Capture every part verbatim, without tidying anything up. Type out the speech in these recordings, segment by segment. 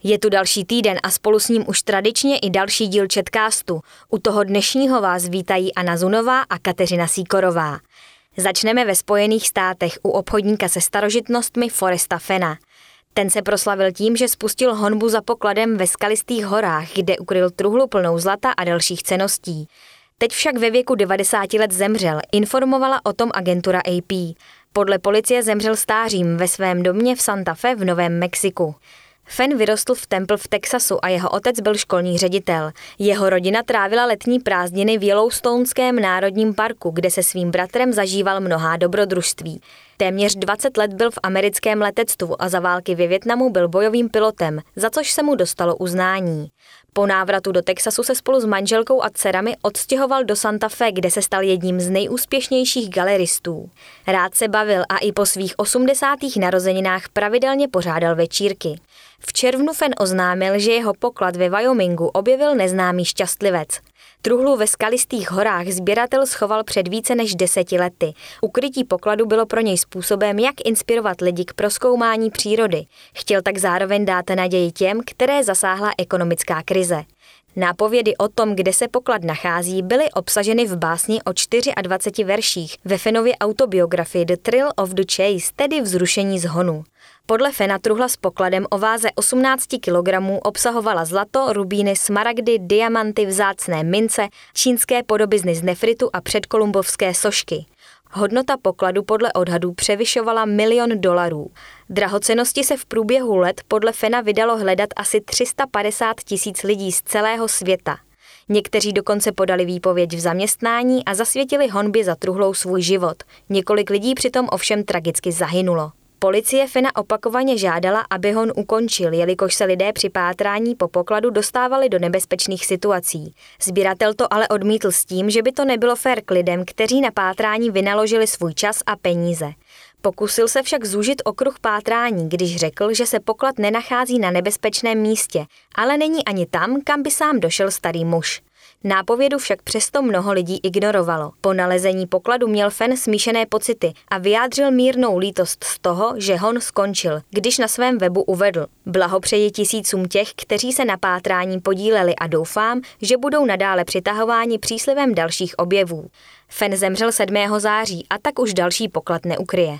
Je tu další týden a spolu s ním už tradičně i další díl Chatcastu. U toho dnešního vás vítají Anna Zunová a Kateřina Sýkorová. Začneme ve Spojených státech u obchodníka se starožitnostmi Foresta Fenna. Ten se proslavil tím, že spustil honbu za pokladem ve skalistých horách, kde ukryl truhlu plnou zlata a dalších cenností. Teď však ve věku devadesáti let zemřel, informovala o tom agentura A P. Podle policie zemřel stářím ve svém domě v Santa Fe v Novém Mexiku. Fenn vyrostl v Temple v Texasu a jeho otec byl školní ředitel. Jeho rodina trávila letní prázdniny v Yellowstoneském národním parku, kde se svým bratrem zažíval mnohá dobrodružství. Téměř dvacet let byl v americkém letectvu a za války ve Vietnamu byl bojovým pilotem, za což se mu dostalo uznání. Po návratu do Texasu se spolu s manželkou a dcerami odstěhoval do Santa Fe, kde se stal jedním z nejúspěšnějších galeristů. Rád se bavil a i po svých osmdesátých narozeninách pravidelně pořádal večírky. V červnu Fenn oznámil, že jeho poklad ve Wyomingu objevil neznámý šťastlivec. Truhlu ve skalistých horách sběratel schoval před více než deseti lety. Ukrytí pokladu bylo pro něj způsobem, jak inspirovat lidi k prozkoumání přírody. Chtěl tak zároveň dát naději těm, které zasáhla ekonomická krize. Nápovědy o tom, kde se poklad nachází, byly obsaženy v básni o dvaceti čtyřech verších ve Fennově autobiografii The Thrill of the Chase, tedy Vzrušení z honu. Podle Fenna truhla s pokladem o váze osmnáct kilogramů obsahovala zlato, rubíny, smaragdy, diamanty, vzácné mince, čínské podobizny z nefritu a předkolumbovské sošky. Hodnota pokladu podle odhadů převyšovala milion dolarů. Drahocennosti se v průběhu let podle Fenna vydalo hledat asi tři sta padesát tisíc lidí z celého světa. Někteří dokonce podali výpověď v zaměstnání a zasvětili honbě za truhlou svůj život. Několik lidí přitom ovšem tragicky zahynulo. Policie Fenna opakovaně žádala, aby hon ukončil, jelikož se lidé při pátrání po pokladu dostávali do nebezpečných situací. Sběratel to ale odmítl s tím, že by to nebylo fér k lidem, kteří na pátrání vynaložili svůj čas a peníze. Pokusil se však zúžit okruh pátrání, když řekl, že se poklad nenachází na nebezpečném místě, ale není ani tam, kam by sám došel starý muž. Nápovědu však přesto mnoho lidí ignorovalo. Po nalezení pokladu měl Fenn smíšené pocity a vyjádřil mírnou lítost z toho, že hon skončil, když na svém webu uvedl: blahopřeji tisícům těch, kteří se na pátrání podíleli a doufám, že budou nadále přitahováni příslivem dalších objevů. Fenn zemřel sedmého září a tak už další poklad neukryje.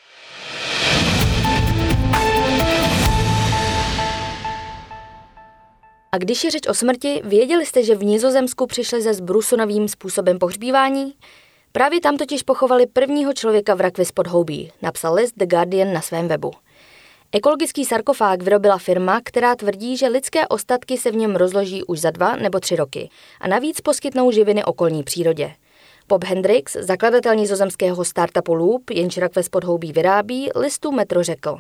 A když je řeč o smrti, věděli jste, že v Nizozemsku přišli se Brusonovým způsobem pohřbívání? Právě tam totiž pochovali prvního člověka v rakvi z podhoubí, napsal list The Guardian na svém webu. Ekologický sarkofág vyrobila firma, která tvrdí, že lidské ostatky se v něm rozloží už za dva nebo tři roky a navíc poskytnou živiny okolní přírodě. Bob Hendricks, zakladatel nizozemského startupu Loop, jenž rakve z podhoubí vyrábí, listu Metro řekl: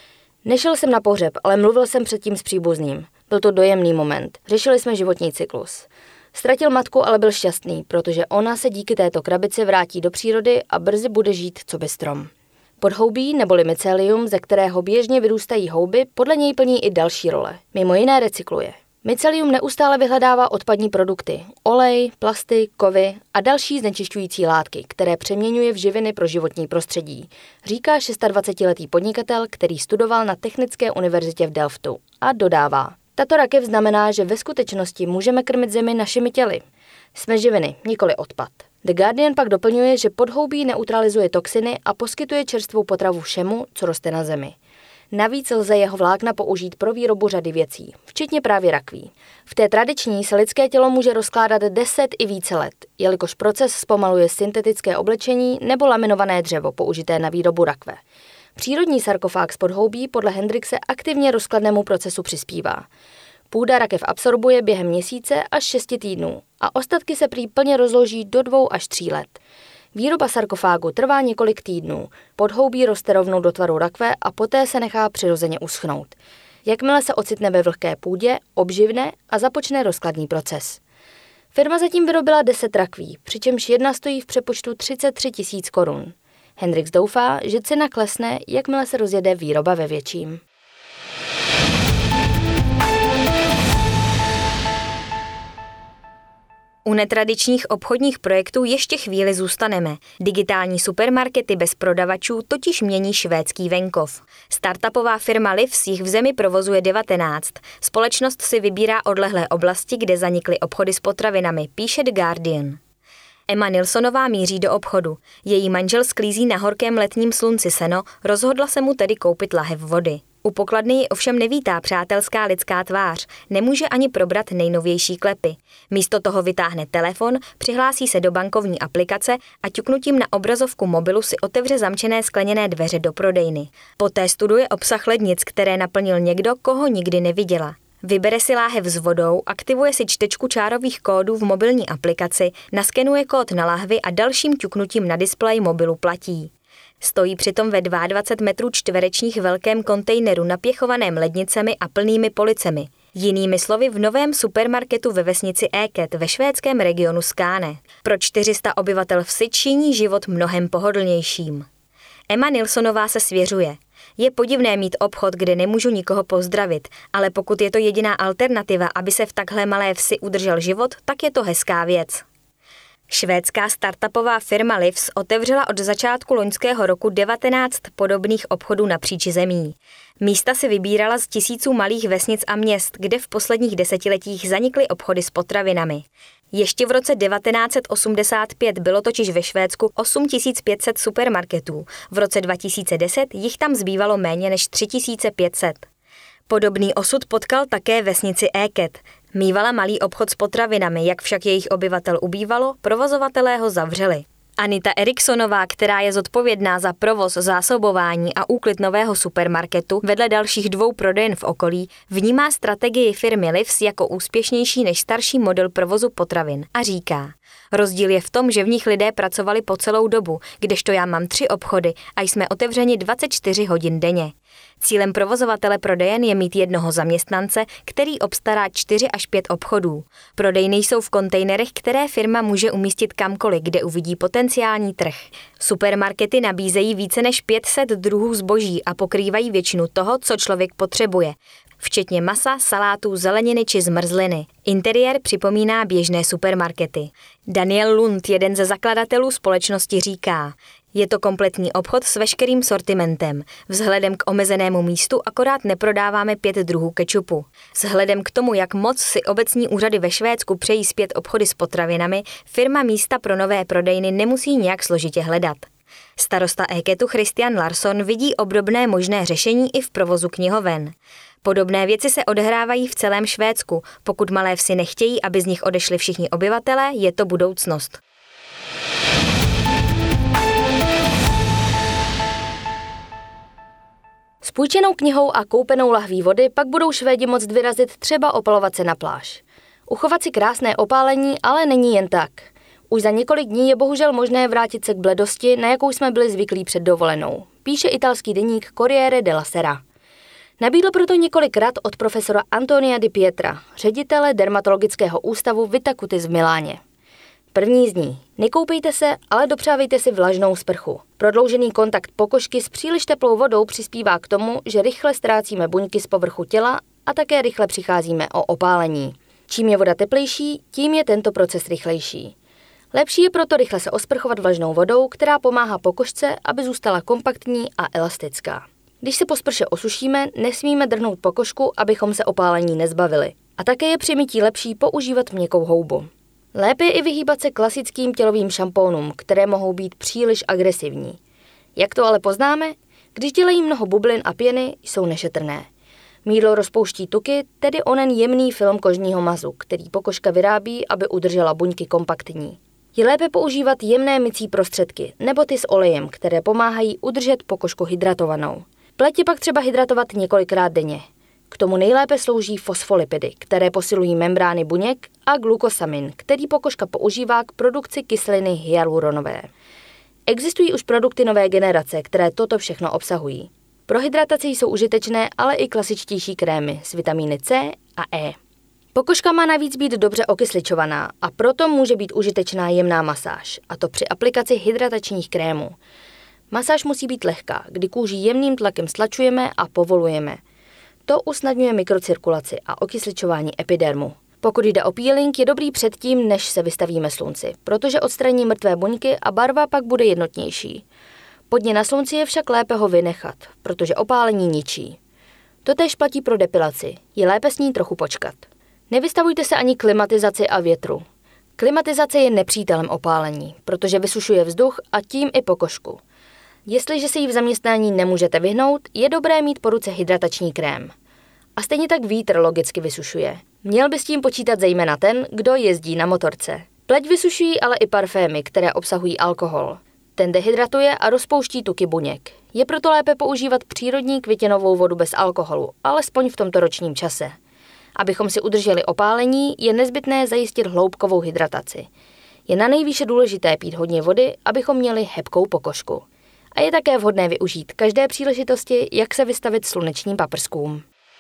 nešel jsem na pohřeb, ale mluvil jsem předtím s příbuzným. Byl to dojemný moment. Řešili jsme životní cyklus. Ztratil matku, ale byl šťastný, protože ona se díky této krabici vrátí do přírody a brzy bude žít coby strom. Podhoubí neboli mycelium, ze kterého běžně vyrůstají houby, podle něj plní i další role. Mimo jiné recykluje. Mycelium neustále vyhledává odpadní produkty, olej, plasty, kovy a další znečišťující látky, které přeměňuje v živiny pro životní prostředí, říká dvacetišestiletý podnikatel, který studoval na Technické univerzitě v Delftu, a dodává: tato rakev znamená, že ve skutečnosti můžeme krmit zemi našimi těly. Jsme živiny, nikoli odpad. The Guardian pak doplňuje, že podhoubí neutralizuje toxiny a poskytuje čerstvou potravu všemu, co roste na zemi. Navíc lze jeho vlákna použít pro výrobu řady věcí, včetně právě rakví. V té tradiční se lidské tělo může rozkládat deset i více let, jelikož proces zpomaluje syntetické oblečení nebo laminované dřevo použité na výrobu rakve. Přírodní sarkofág z podhoubí podle Hendrickse aktivně rozkladnému procesu přispívá. Půda rakev absorbuje během měsíce až šesti týdnů a ostatky se prý plně rozloží do dvou až tří let. Výroba sarkofágu trvá několik týdnů, podhoubí roste rovnou do tvaru rakve a poté se nechá přirozeně uschnout. Jakmile se ocitne ve vlhké půdě, obživne a započne rozkladný proces. Firma zatím vyrobila deset rakví, přičemž jedna stojí v přepočtu třicet tři tisíc korun. Hendricks doufá, že cena klesne, jakmile se rozjede výroba ve větším. U netradičních obchodních projektů ještě chvíli zůstaneme. Digitální supermarkety bez prodavačů totiž mění švédský venkov. Startupová firma Livs jich v zemi provozuje devatenáct. Společnost si vybírá odlehlé oblasti, kde zanikly obchody s potravinami, píše The Guardian. Emma Nilssonová míří do obchodu. Její manžel sklízí na horkém letním slunci seno, rozhodla se mu tedy koupit lahev vody. U pokladny ji ovšem nevítá přátelská lidská tvář, nemůže ani probrat nejnovější klepy. Místo toho vytáhne telefon, přihlásí se do bankovní aplikace a ťuknutím na obrazovku mobilu si otevře zamčené skleněné dveře do prodejny. Poté studuje obsah lednic, které naplnil někdo, koho nikdy neviděla. Vybere si láhev s vodou, aktivuje si čtečku čárových kódů v mobilní aplikaci, naskenuje kód na lahvi a dalším ťuknutím na displeji mobilu platí. Stojí přitom ve dvacet dva metrů čtverečních velkém kontejneru napěchovaném lednicemi a plnými policemi. Jinými slovy v novém supermarketu ve vesnici Eket ve švédském regionu Skåne. Pro čtyři sta obyvatel vsi činí život mnohem pohodlnějším. Emma Nilssonová se svěřuje. Je podivné mít obchod, kde nemůžu nikoho pozdravit, ale pokud je to jediná alternativa, aby se v takhle malé vsi udržel život, tak je to hezká věc. Švédská startupová firma Livs otevřela od začátku loňského roku devatenáct podobných obchodů napříč zemí. Místa si vybírala z tisíců malých vesnic a měst, kde v posledních desetiletích zanikly obchody s potravinami. Ještě v roce devatenáct set osmdesát pět bylo totiž ve Švédsku osm tisíc pět set supermarketů, v roce dva tisíce deset jich tam zbývalo méně než tři tisíce pět set. Podobný osud potkal také vesnici Eket. Mívala malý obchod s potravinami, jak však jejich obyvatel ubývalo, provozovatelé ho zavřeli. Anita Erikssonová, která je zodpovědná za provoz, zásobování a úklid nového supermarketu, vedle dalších dvou prodejen v okolí, vnímá strategii firmy Livs jako úspěšnější než starší model provozu potravin a říká: rozdíl je v tom, že v nich lidé pracovali po celou dobu, kdežto já mám tři obchody a jsme otevřeni dvacet čtyři hodin denně. Cílem provozovatele prodejen je mít jednoho zaměstnance, který obstará čtyři až pět obchodů. Prodejny jsou v kontejnerech, které firma může umístit kamkoliv, kde uvidí potenciální trh. Supermarkety nabízejí více než pět set druhů zboží a pokrývají většinu toho, co člověk potřebuje, včetně masa, salátů, zeleniny či zmrzliny. Interiér připomíná běžné supermarkety. Daniel Lund, jeden ze zakladatelů společnosti, říká: je to kompletní obchod s veškerým sortimentem. Vzhledem k omezenému místu akorát neprodáváme pět druhů kečupu. Vzhledem k tomu, jak moc si obecní úřady ve Švédsku přejí zpět obchody s potravinami, firma místa pro nové prodejny nemusí nějak složitě hledat. Starosta Eketu Christian Larsson vidí obdobné možné řešení i v provozu knihoven. Podobné věci se odehrávají v celém Švédsku. Pokud malé vsi nechtějí, aby z nich odešli všichni obyvatelé, je to budoucnost. S půjčenou knihou a koupenou lahví vody pak budou Švédi moct vyrazit třeba opalovat se na pláž. Uchovat si krásné opálení ale není jen tak. Už za několik dní je bohužel možné vrátit se k bledosti, na jakou jsme byli zvyklí před dovolenou, píše italský deník Corriere della Sera. Nabídl proto několik rad od profesora Antonia Di Pietra, ředitele dermatologického ústavu Vita Cutis v Miláně. První z ní: nekoupejte se, ale dopřávejte si vlažnou sprchu. Prodloužený kontakt pokožky s příliš teplou vodou přispívá k tomu, že rychle ztrácíme buňky z povrchu těla a také rychle přicházíme o opálení. Čím je voda teplejší, tím je tento proces rychlejší. Lepší je proto rychle se osprchovat vlažnou vodou, která pomáhá pokožce, aby zůstala kompaktní a elastická. Když se po sprše osušíme, nesmíme drhnout pokožku, abychom se opálení nezbavili. A také je při mytí lepší používat měkkou houbu. Lépe je i vyhýbat se klasickým tělovým šampónům, které mohou být příliš agresivní. Jak to ale poznáme? Když dělají mnoho bublin a pěny, jsou nešetrné. Mýdlo rozpouští tuky, tedy onen jemný film kožního mazu, který pokožka vyrábí, aby udržela buňky kompaktní. Je lépe používat jemné mycí prostředky nebo ty s olejem, které pomáhají udržet pokožku hydratovanou. Pleť je pak třeba hydratovat několikrát denně. K tomu nejlépe slouží fosfolipidy, které posilují membrány buněk, a glukosamin, který pokožka používá k produkci kyseliny hyaluronové. Existují už produkty nové generace, které toto všechno obsahují. Pro hydrataci jsou užitečné ale i klasičtější krémy s vitamíny C a E. Pokožka má navíc být dobře okysličovaná a proto může být užitečná jemná masáž, a to při aplikaci hydratačních krémů. Masáž musí být lehká, kdy kůži jemným tlakem stlačujeme a povolujeme. To usnadňuje mikrocirkulaci a okysličování epidermu. Pokud jde o peeling, je dobrý předtím, než se vystavíme slunci, protože odstraní mrtvé buňky a barva pak bude jednotnější. Pod ně na slunci je však lépe ho vynechat, protože opálení ničí. Totéž platí pro depilaci, je lépe s ní trochu počkat. Nevystavujte se ani klimatizaci a větru. Klimatizace je nepřítelem opálení, protože vysušuje vzduch a tím i pokožku. Jestliže se jí v zaměstnání nemůžete vyhnout, je dobré mít po ruce hydratační krém. A stejně tak vítr logicky vysušuje. Měl by s tím počítat zejména ten, kdo jezdí na motorce. Pleť vysušují ale i parfémy, které obsahují alkohol. Ten dehydratuje a rozpouští tuky buněk. Je proto lépe používat přírodní květinovou vodu bez alkoholu, alespoň v tomto ročním čase. Abychom si udrželi opálení, je nezbytné zajistit hloubkovou hydrataci. Je na nejvýše důležité pít hodně vody, abychom měli hebkou pokožku. A je také vhodné využít každé příležitosti, jak se vystavit slunečním paprskům.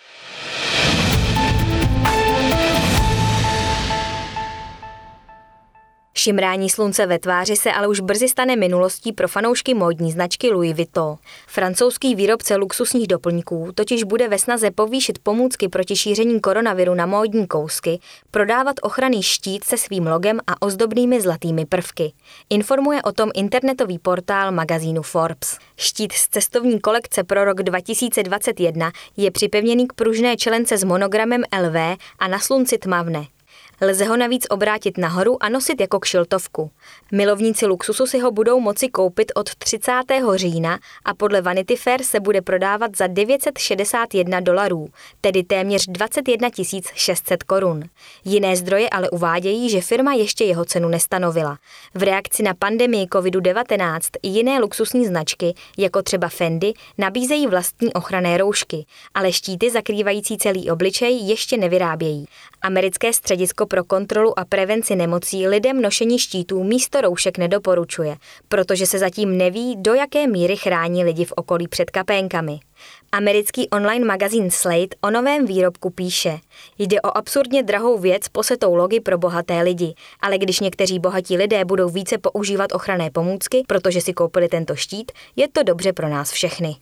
Šimrání slunce ve tváři se ale už brzy stane minulostí pro fanoušky módní značky Louis Vuitton. Francouzský výrobce luxusních doplňků totiž bude ve snaze povýšit pomůcky proti šíření koronaviru na módní kousky prodávat ochranný štít se svým logem a ozdobnými zlatými prvky. Informuje o tom internetový portál magazínu Forbes. Štít z cestovní kolekce pro rok dva tisíce dvacet jedna je připevněný k pružné čelence s monogramem L V a na slunci tmavne. Lze ho navíc obrátit nahoru a nosit jako kšiltovku. Milovníci luxusu si ho budou moci koupit od třicátého října a podle Vanity Fair se bude prodávat za devět set šedesát jedna dolarů, tedy téměř dvacet jedna tisíc šest set korun. Jiné zdroje ale uvádějí, že firma ještě jeho cenu nestanovila. V reakci na pandemii covid devatenáct i jiné luxusní značky, jako třeba Fendi, nabízejí vlastní ochranné roušky, ale štíty zakrývající celý obličej ještě nevyrábějí. Americké středisko pro kontrolu a prevenci nemocí lidem nošení štítů místo roušek nedoporučuje, protože se zatím neví, do jaké míry chrání lidi v okolí před kapénkami. Americký online magazín Slate o novém výrobku píše: jde o absurdně drahou věc posetou logy pro bohaté lidi, ale když někteří bohatí lidé budou více používat ochranné pomůcky, protože si koupili tento štít, je to dobře pro nás všechny.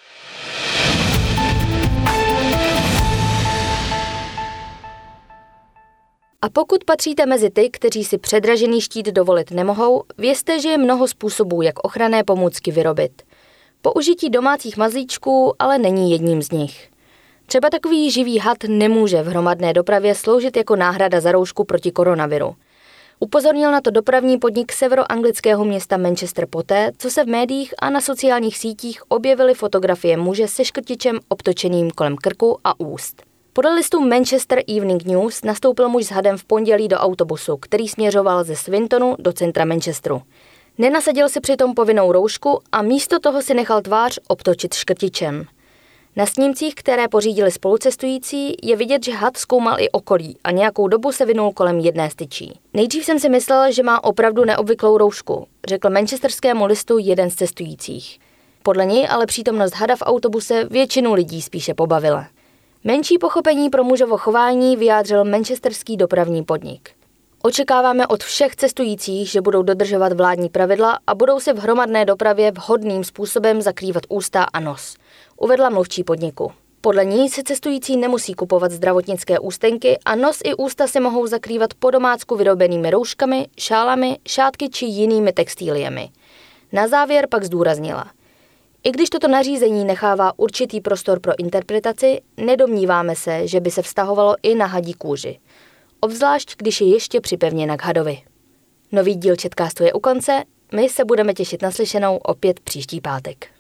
A pokud patříte mezi ty, kteří si předražený štít dovolit nemohou, vězte, že je mnoho způsobů, jak ochranné pomůcky vyrobit. Použití domácích mazlíčků ale není jedním z nich. Třeba takový živý had nemůže v hromadné dopravě sloužit jako náhrada za roušku proti koronaviru. Upozornil na to dopravní podnik severoanglického města Manchester poté, co se v médiích a na sociálních sítích objevily fotografie muže se škrtičem obtočeným kolem krku a úst. Podle listu Manchester Evening News nastoupil muž s hadem v pondělí do autobusu, který směřoval ze Swintonu do centra Manchesteru. Nenasadil si přitom povinnou roušku a místo toho si nechal tvář obtočit škrtičem. Na snímcích, které pořídili spolucestující, je vidět, že had zkoumal i okolí a nějakou dobu se vinul kolem jedné z tyčí. Nejdřív jsem si myslel, že má opravdu neobvyklou roušku, řekl manchesterskému listu jeden z cestujících. Podle něj ale přítomnost hada v autobuse většinu lidí spíše pobavila. Menší pochopení pro mužovo chování vyjádřil manchesterský dopravní podnik. Očekáváme od všech cestujících, že budou dodržovat vládní pravidla a budou se v hromadné dopravě vhodným způsobem zakrývat ústa a nos, uvedla mluvčí podniku. Podle ní si cestující nemusí kupovat zdravotnické ústenky a nos i ústa si mohou zakrývat po domácku vyrobenými rouškami, šálami, šátky či jinými textíliemi. Na závěr pak zdůraznila: i když toto nařízení nechává určitý prostor pro interpretaci, nedomníváme se, že by se vztahovalo i na hadí kůži. Obzvlášť, když je ještě připevněna k hadovi. Nový díl Chatcastu je u konce, my se budeme těšit na slyšenou opět příští pátek.